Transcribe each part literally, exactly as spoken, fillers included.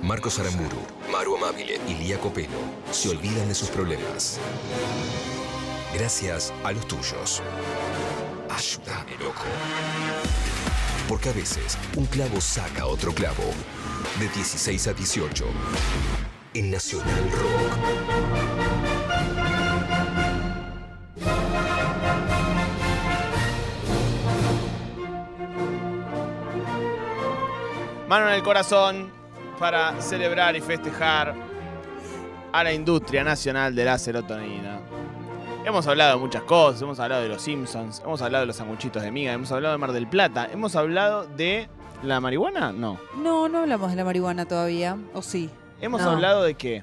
Marcos Aramburu, Maru Amabile y Lía Copelo se olvidan de sus problemas. Gracias a los tuyos. Ayúdame, loco. Porque a veces un clavo saca otro clavo. De dieciséis a dieciocho. En Nacional Rock. Mano en el corazón para celebrar y festejar a la industria nacional de la serotonina. Hemos hablado de muchas cosas, hemos hablado de los Simpsons, hemos hablado de los sanguchitos de miga, hemos hablado de Mar del Plata, hemos hablado de la marihuana, no. No, no hablamos de la marihuana todavía, ¿o sí? Hemos no. hablado de qué.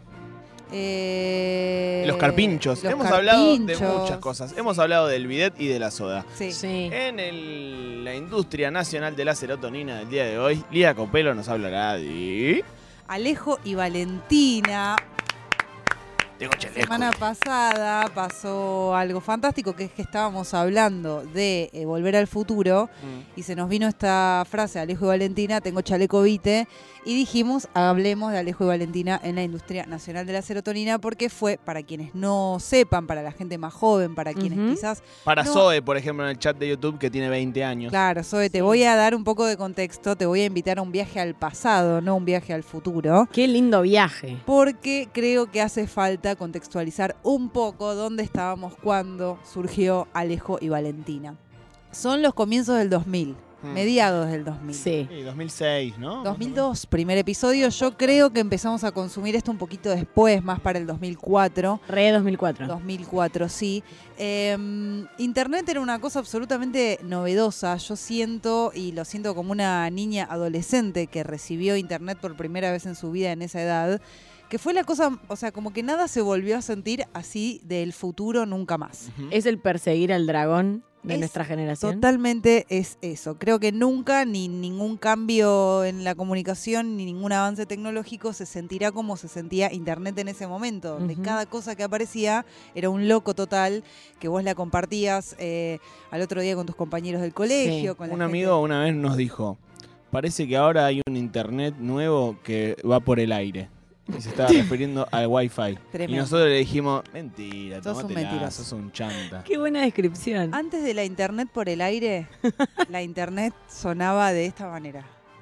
Eh, Los carpinchos. los Hemos carpinchos. hablado de muchas cosas. Hemos hablado del bidet y de la soda. Sí. Sí. En el, la industria nacional de la serotonina del día de hoy, Lía Copelo nos hablará de... Alejo y Valentina. Tengo La chaleco. semana pasada pasó algo fantástico, que es que estábamos hablando de eh, Volver al Futuro Mm. y se nos vino esta frase, Alejo y Valentina, tengo chaleco vite, y dijimos, hablemos de Alejo y Valentina en la industria nacional de la serotonina, porque fue, para quienes no sepan, para la gente más joven, para quienes Ujú. quizás... Para no- Zoe, por ejemplo, en el chat de YouTube, que tiene veinte años. Claro, Zoe, te Sí. voy a dar un poco de contexto, te voy a invitar a un viaje al pasado, no un viaje al futuro. Qué lindo viaje. Porque creo que hace falta contextualizar un poco dónde estábamos cuando surgió Alejo y Valentina. Son los comienzos del dos mil, Mm. mediados del dos mil. Sí. Sí, dos mil seis, ¿no? dos mil dos, primer episodio. Yo creo que empezamos a consumir esto un poquito después, más para el dos mil cuatro. Re dos mil cuatro. dos mil cuatro, sí. Eh, Internet era una cosa absolutamente novedosa. Yo siento, y lo siento como una niña adolescente que recibió Internet por primera vez en su vida en esa edad, que fue la cosa, o sea, como que nada se volvió a sentir así del futuro nunca más. Ujú. Es el perseguir al dragón de Es nuestra generación. Totalmente es eso. Creo que nunca ni ningún cambio en la comunicación ni ningún avance tecnológico se sentirá como se sentía Internet en ese momento, donde Ujú. cada cosa que aparecía era un loco total, que vos la compartías eh, al otro día con tus compañeros del colegio. Sí. Con la Un gente- amigo una vez nos dijo, parece que ahora hay un internet nuevo que va por el aire. Y se estaba refiriendo al Wi-Fi. Y Tremendo. nosotros le dijimos, mentira, Sos un tómatela, mentiroso. sos un chanta. Qué buena descripción. Antes de la Internet por el aire, la Internet sonaba de esta manera.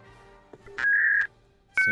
Sí.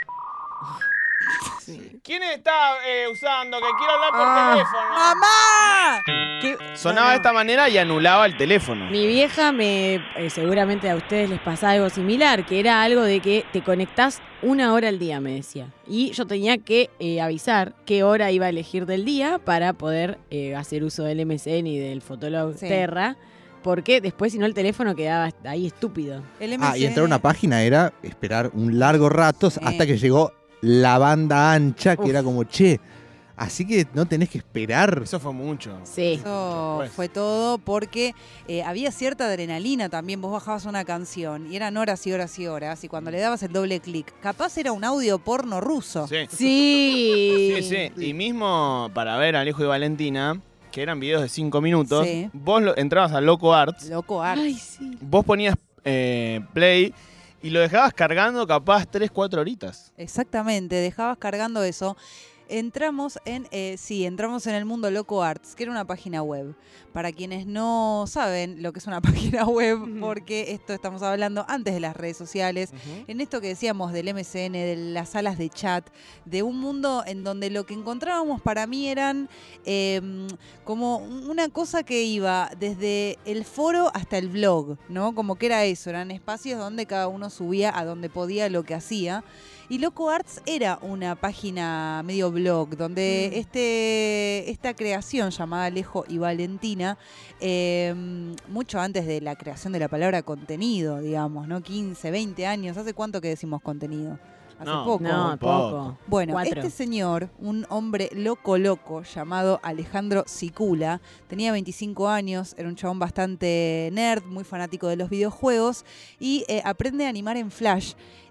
Sí. ¿Quién está eh, usando que quiero hablar por Ah. teléfono? ¡Mamá! Qué- Sonaba no, de no. esta manera y anulaba el teléfono. Mi vieja me, eh, seguramente a ustedes les pasaba algo similar, que era algo de que te conectás una hora al día, me decía. Y yo tenía que eh, avisar qué hora iba a elegir del día para poder eh, hacer uso del M S N y del Fotolog Sí. Terra, porque después si no el teléfono quedaba ahí estúpido. El Ah, y M S N entrar a una página era esperar un largo rato Sí. hasta que llegó la banda ancha, que Uf. era como, che, así que no tenés que esperar. Eso fue mucho. Sí. Eso Pues. fue todo porque eh, había cierta adrenalina también. Vos bajabas una canción y eran horas y horas y horas. Y cuando le dabas el doble clic, capaz era un audio porno ruso. Sí. Sí. Sí, sí. Y mismo para ver a Alejo y Valentina, que eran videos de cinco minutos, Sí. vos lo- entrabas a Loco Arts, Loco arte. Ay, sí. vos ponías eh, play y lo dejabas cargando capaz tres, cuatro horitas. Exactamente, dejabas cargando eso. Entramos en, eh, sí, entramos en el mundo Loco Arts, que era una página web. Para quienes no saben lo que es una página web, porque esto estamos hablando antes de las redes sociales, en esto que decíamos del M S N, de las salas de chat, de un mundo en donde lo que encontrábamos para mí eran eh, como una cosa que iba desde el foro hasta el blog, ¿no? Como que era eso, eran espacios donde cada uno subía a donde podía lo que hacía. Y Loco Arts era una página medio blog donde Mm. este, esta creación llamada Alejo y Valentina, eh, mucho antes de la creación de la palabra contenido, digamos, ¿no? quince, veinte años. ¿Hace cuánto que decimos contenido? Hace No, poco. No, Muy poco. poco. Bueno, Cuatro. este señor, un hombre loco loco llamado Alejandro Sicula, tenía veinticinco años, era un chabón bastante nerd, muy fanático de los videojuegos y eh, aprende a animar en Flash.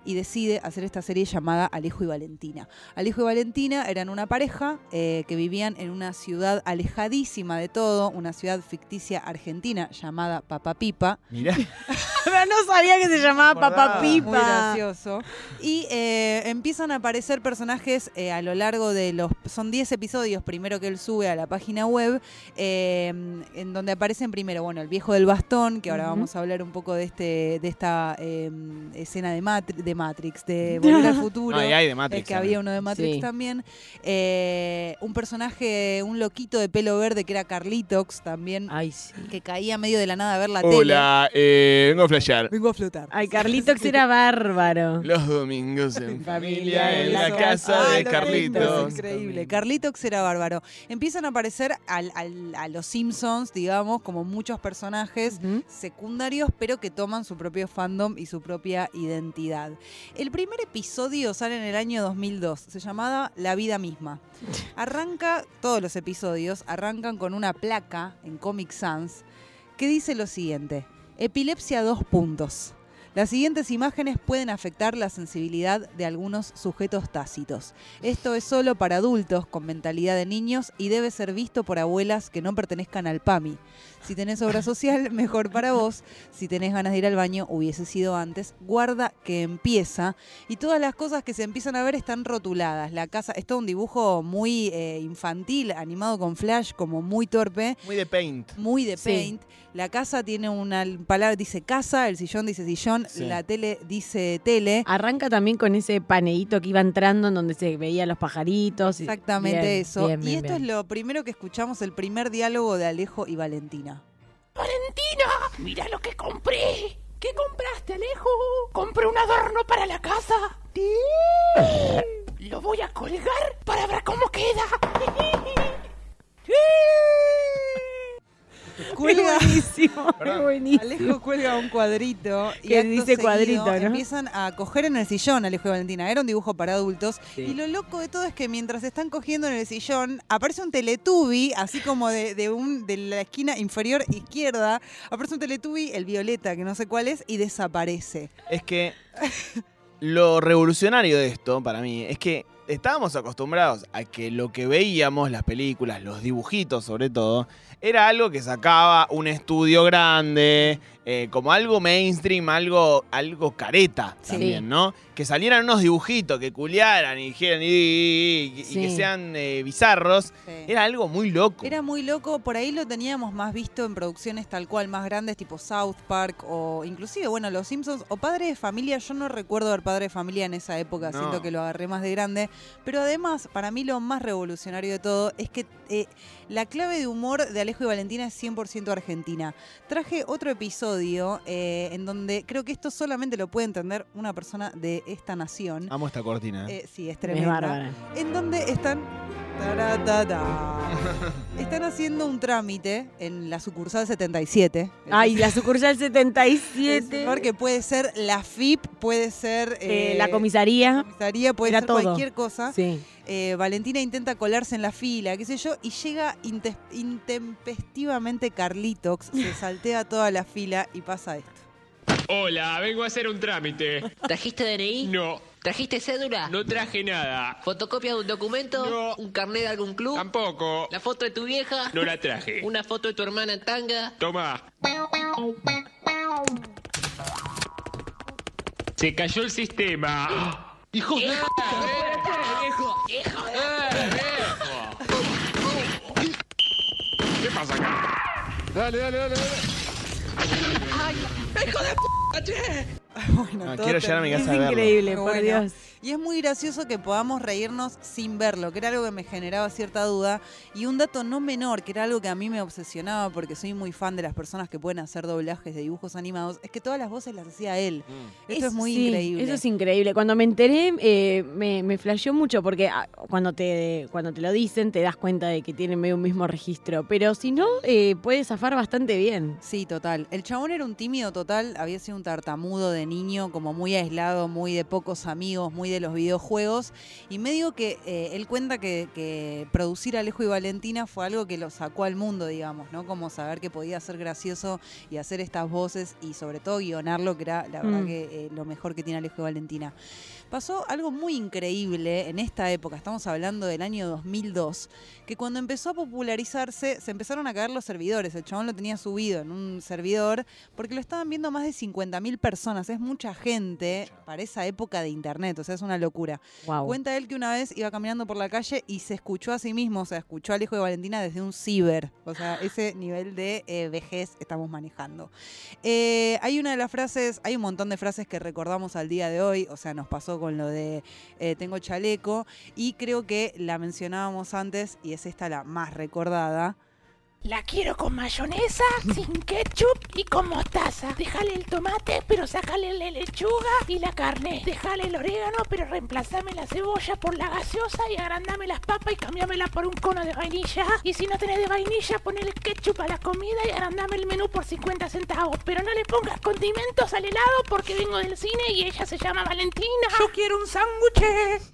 y decide hacer esta serie llamada Alejo y Valentina. Alejo y Valentina eran una pareja eh, que vivían en una ciudad alejadísima de todo, una ciudad ficticia argentina llamada Papapipa. Mirá. No sabía que se llamaba Papá Pipa. Muy gracioso. Y eh, empiezan a aparecer personajes eh, a lo largo de los... Son diez episodios primero que él sube a la página web, eh, en donde aparecen primero, bueno, el viejo del bastón, que ahora uh-huh. vamos a hablar un poco de este de esta eh, escena de, Matri- de Matrix, de Volver al Futuro. No, y hay de Matrix. El que había uno de Matrix sí. también. Eh, un personaje, un loquito de pelo verde que era Carlitox también. Ay, sí. Que caía medio de la nada a ver la Hola, tele. Hola, eh, vengo a flashear. Vengo a flotar. Ay, Carlitox era bárbaro. Los domingos en familia, en la Eso. casa Ah, de lo Carlitos. Es increíble. Carlitox era bárbaro. Empiezan a aparecer al, al, a los Simpsons, digamos, como muchos personajes uh-huh. secundarios, pero que toman su propio fandom y su propia identidad. El primer episodio sale en el año dos mil dos. Se llamaba La vida misma. Arranca, todos los episodios arrancan con una placa en Comic Sans que dice lo siguiente: epilepsia dos puntos. Las siguientes imágenes pueden afectar la sensibilidad de algunos sujetos tácitos. Esto es solo para adultos con mentalidad de niños y debe ser visto por abuelas que no pertenezcan al P A M I. Si tenés obra social, mejor para vos. Si tenés ganas de ir al baño, hubiese sido antes. Guarda que empieza. Y todas las cosas que se empiezan a ver están rotuladas. La casa, es todo un dibujo muy eh, infantil, animado con flash, como muy torpe. Muy de Paint. Muy de Paint. Sí. La casa tiene una palabra, dice casa, el sillón dice sillón, sí. la tele dice tele. Arranca también con ese paneíto que iba entrando en donde se veían los pajaritos. Exactamente bien, eso. Bien, y bien, esto bien. es lo primero que escuchamos, el primer diálogo de Alejo y Valentina. ¡Valentina! ¡Mira lo que compré! ¿Qué compraste, Alejo? Compré un adorno para la casa. ¿Sí? Lo voy a colgar para ver cómo queda. Cuelga, buenísimo, buenísimo. Alejo cuelga un cuadrito y que acto dice seguido cuadrito, ¿no? Empiezan a coger en el sillón Alejo y Valentina. Era un dibujo para adultos. Sí. Y lo loco de todo es que mientras están cogiendo en el sillón, aparece un Teletubby, así como de, de, un, de la esquina inferior izquierda, aparece un Teletubby, el violeta, que no sé cuál es, y desaparece. Es que lo revolucionario de esto, para mí, es que estábamos acostumbrados a que lo que veíamos, las películas, los dibujitos sobre todo, era algo que sacaba un estudio grande, eh, como algo mainstream, algo, algo careta sí. también, ¿no? Que salieran unos dibujitos, que culiaran y dijeran y, y, y, sí. y que sean eh, bizarros. Sí. Era algo muy loco. Era muy loco, por ahí lo teníamos más visto en producciones tal cual, más grandes, tipo South Park o inclusive, bueno, Los Simpsons o Padre de Familia. Yo no recuerdo ver Padre de Familia en esa época, no. Siento que lo agarré más de grande. Pero además, para mí lo más revolucionario de todo es que eh, la clave de humor de Alejo y Valentina es cien por ciento argentina. Traje otro episodio eh, en donde creo que esto solamente lo puede entender una persona de esta nación. Amo esta cortina. Eh, sí, es tremenda. Es bárbara. En donde están... Están haciendo un trámite en la sucursal setenta y siete. Ay, la sucursal setenta y siete. Porque puede ser la F I P, puede ser... Eh, eh, la comisaría. La comisaría, puede Era ser todo. Cualquier cosa. Sí. Eh, Valentina intenta colarse en la fila, qué sé yo, y llega inte- intempestivamente Carlitox, se saltea toda la fila y pasa esto. Hola, vengo a hacer un trámite. ¿Trajiste D N I? No. ¿Trajiste cédula? No traje nada. ¿Fotocopia de un documento? No. ¿Un carnet de algún club? Tampoco. ¿La foto de tu vieja? No la traje. ¿Una foto de tu hermana en tanga? Toma. Se cayó el sistema. ¡Hijo de puta! ¡Viejo! ¡Hijo de ¡Eh, ¿Qué pasa acá? Dale, dale, dale, dale. ¡Ay! ¡Hijo de puta, che! Bueno, No, todo quiero llegar a mi termina- casa a Es verlo. increíble, por Bueno, Dios. Y es muy gracioso que podamos reírnos sin verlo, que era algo que me generaba cierta duda. Y un dato no menor, que era algo que a mí me obsesionaba porque soy muy fan de las personas que pueden hacer doblajes de dibujos animados, es que todas las voces las hacía él. Mm. Esto es muy sí, increíble. Eso es increíble. Cuando me enteré, eh, me, me flasheó mucho porque ah, cuando te, cuando te lo dicen te das cuenta de que tienen medio un mismo registro. Pero si no, eh, puede zafar bastante bien. Sí, total. El chabón era un tímido total, había sido un tartamudo de niño, como muy aislado, muy de pocos amigos, muy de los videojuegos. Y medio que eh, él cuenta que, que producir Alejo y Valentina fue algo que lo sacó al mundo, digamos, ¿no? Como saber que podía ser gracioso y hacer estas voces y sobre todo guionarlo, que era la verdad Mm. que eh, lo mejor que tiene Alejo y Valentina. Pasó algo muy increíble en esta época, estamos hablando del año dos mil dos, que cuando empezó a popularizarse se empezaron a caer los servidores. El chabón lo tenía subido en un servidor porque lo estaban viendo más de cincuenta mil personas. Es mucha gente para esa época de internet, o sea, es una locura. Wow. Cuenta él que una vez iba caminando por la calle y se escuchó a sí mismo, o sea, escuchó a Alejo de Valentina desde un ciber. O sea, ese nivel de eh, vejez estamos manejando. Eh, hay una de las frases, hay un montón de frases que recordamos al día de hoy, o sea, nos pasó con lo de eh, tengo chaleco, y creo que la mencionábamos antes y es esta la más recordada. La quiero con mayonesa, sin ketchup y con mostaza. Déjale el tomate, pero sácale la lechuga y la carne. Déjale el orégano, pero reemplazame la cebolla por la gaseosa y agrandame las papas y cambiámela por un cono de vainilla. Y si no tenés de vainilla, ponele ketchup a la comida y agrandame el menú por cincuenta centavos. Pero no le pongas condimentos al helado porque vengo del cine y ella se llama Valentina. Yo quiero un sándwich.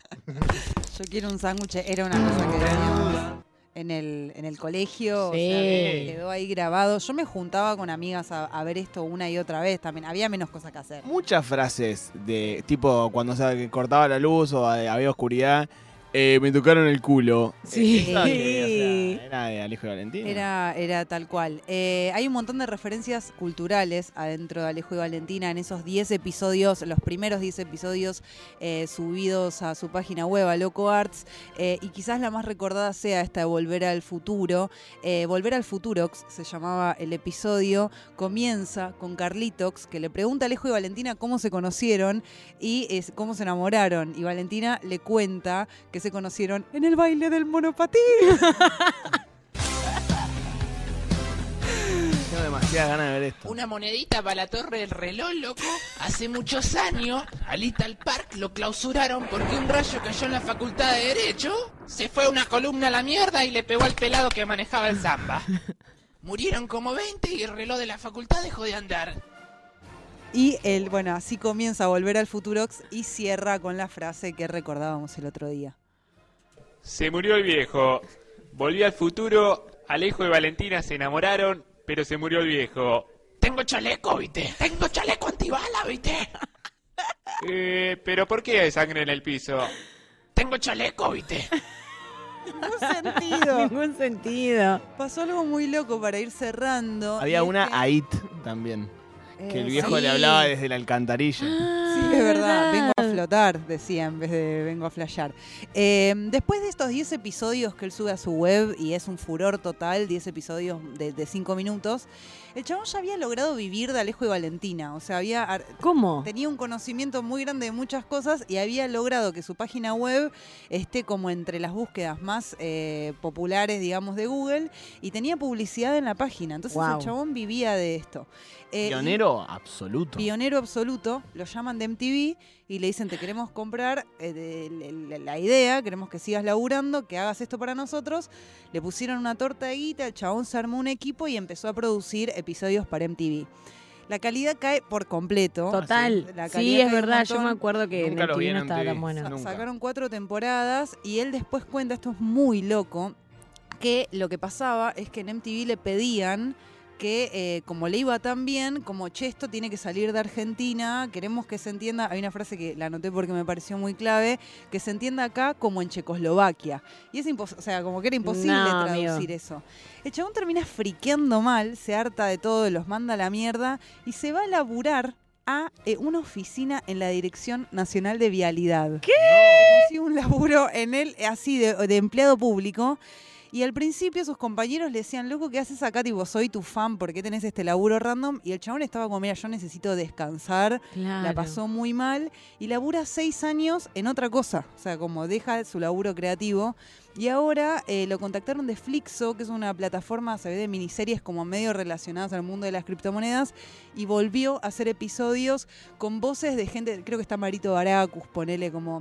Yo quiero un sándwich, era una cosa que teníamos en el, en el colegio, o Sí. sea, que quedó ahí grabado. Yo me juntaba con amigas a, a ver esto una y otra vez también. Había menos cosas que hacer. Muchas frases de tipo cuando se cortaba la luz o había oscuridad. Eh, me tocaron el culo. Sí. Eh, esa que, o sea, era de Alejo y Valentina. Era, era tal cual. Eh, hay un montón de referencias culturales adentro de Alejo y Valentina en esos diez episodios, los primeros diez episodios eh, subidos a su página web, a Loco Arts, eh, y quizás la más recordada sea esta de Volver al Futuro. Eh, Volver al Futurox se llamaba el episodio, comienza con Carlitox, que le pregunta a Alejo y Valentina cómo se conocieron y es, cómo se enamoraron, y Valentina le cuenta que se conocieron en el baile del monopatín. Tengo demasiadas ganas de ver esto. Una monedita para la torre del reloj, loco. Hace muchos años, al Little Park lo clausuraron porque un rayo cayó en la facultad de Derecho, se fue una columna a la mierda y le pegó al pelado que manejaba el Zamba. Murieron como veinte y el reloj de la facultad dejó de andar. Y el, bueno, así comienza a Volver al Futurox y cierra con la frase que recordábamos el otro día. Se murió el viejo. Volví al futuro. Alejo y Valentina se enamoraron, pero se murió el viejo. Tengo chaleco, ¿viste? Tengo chaleco antibala, ¿viste? Eh, pero ¿por qué hay sangre en el piso? Tengo chaleco, ¿viste? Ningún sentido. Ningún sentido. Pasó algo muy loco para ir cerrando. Había y es una que- Ait también. Que el Eh, viejo sí. le hablaba desde la alcantarilla. Sí, es verdad, vengo a flotar, decía, en vez de vengo a flashear. Eh, después de estos diez episodios que él sube a su web, y es un furor total, diez episodios de cinco minutos, el chabón ya había logrado vivir de Alejo y Valentina. O sea, había ar- ¿Cómo? tenía un conocimiento muy grande de muchas cosas y había logrado que su página web esté como entre las búsquedas más eh, populares, digamos, de Google, y tenía publicidad en la página. Entonces Wow. el chabón vivía de esto. Eh, y- Pionero absoluto. Pionero absoluto, lo llaman de M T V y le dicen te queremos comprar eh, de- de- de- la idea, queremos que sigas laburando, que hagas esto para nosotros. Le pusieron una torta de guita, el chabón se armó un equipo y empezó a producir episodios para M T V. La calidad cae por completo. Total. La Sí, calidad es cae un verdad. Yo montón. me acuerdo que Nunca en lo el vi T V en no estaba M T V. tan bueno. Sa- Nunca. Sacaron cuatro temporadas y él después cuenta, esto es muy loco, que lo que pasaba es que en M T V le pedían que eh, como le iba tan bien, como che, esto tiene que salir de Argentina, queremos que se entienda, hay una frase que la anoté porque me pareció muy clave, que se entienda acá como en Checoslovaquia. Y es imposible, o sea, como que era imposible No, traducir amigo. eso. El chabón termina friqueando mal, se harta de todo, los manda a la mierda y se va a laburar a eh, una oficina en la Dirección Nacional de Vialidad. ¿Qué? Consigue un laburo en él, así de, de empleado público. Y al principio sus compañeros le decían, loco, ¿qué haces acá? Tipo, soy tu fan, ¿por qué tenés este laburo random? Y el chabón estaba como, mira, yo necesito descansar. Claro. La pasó muy mal y labura seis años en otra cosa. O sea, como deja su laburo creativo. Y ahora eh, lo contactaron de Flixo, que es una plataforma, se ve, de miniseries como medio relacionadas al mundo de las criptomonedas. Y volvió a hacer episodios con voces de gente, creo que está Marito Baracus, ponele como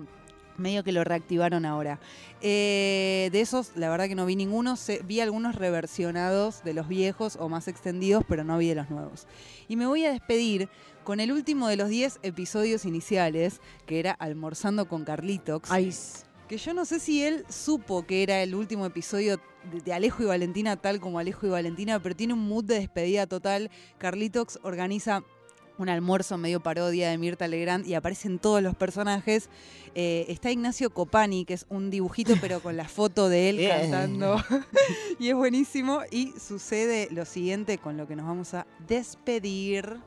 medio que lo reactivaron ahora. Eh, de esos, la verdad que no vi ninguno. Se, vi algunos reversionados de los viejos o más extendidos, pero no vi de los nuevos. Y me voy a despedir con el último de los diez episodios iniciales, que era Almorzando con Carlitox. Ay, que yo no sé si él supo que era el último episodio de, de Alejo y Valentina, tal como Alejo y Valentina, pero tiene un mood de despedida total. Carlitox organiza un almuerzo medio parodia de Mirta Legrand y aparecen todos los personajes. Eh, está Ignacio Copani, que es un dibujito pero con la foto de él cantando. Y es buenísimo. Y sucede lo siguiente con lo que nos vamos a despedir.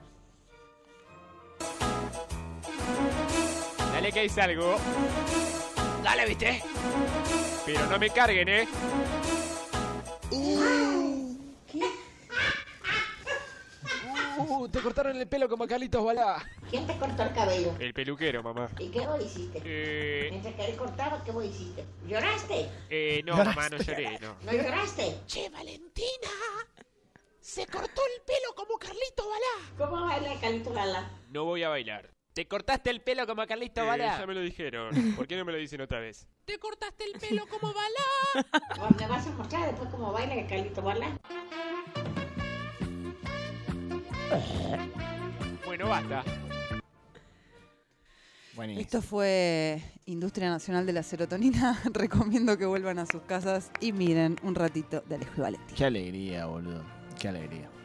Dale que hay algo. Dale, ¿viste? Pero no me carguen, ¿eh? Uh, te cortaron el pelo como a Carlitos Balá. ¿Quién te cortó el cabello? El peluquero, mamá. ¿Y qué vos hiciste? Eh... Mientras que él cortaba, ¿qué vos hiciste? ¿Lloraste? Eh, no, mamá, no lloré, no. ¿No lloraste? Che, Valentina. Se cortó el pelo como Carlito Balá. ¿Cómo baila Carlito Balá? No voy a bailar. ¿Te cortaste el pelo como a Carlitos Eh, Balá? ya me lo dijeron. ¿Por qué no me lo dicen otra vez? Te cortaste el pelo como Balá. ¿Vos me vas a mostrar después cómo baila Carlito Balá? Bueno, basta. Buenísimo. Esto fue Industria Nacional de la Serotonina. Recomiendo que vuelvan a sus casas y miren un ratito de Alejo y Valentina. Qué alegría, boludo. Qué alegría.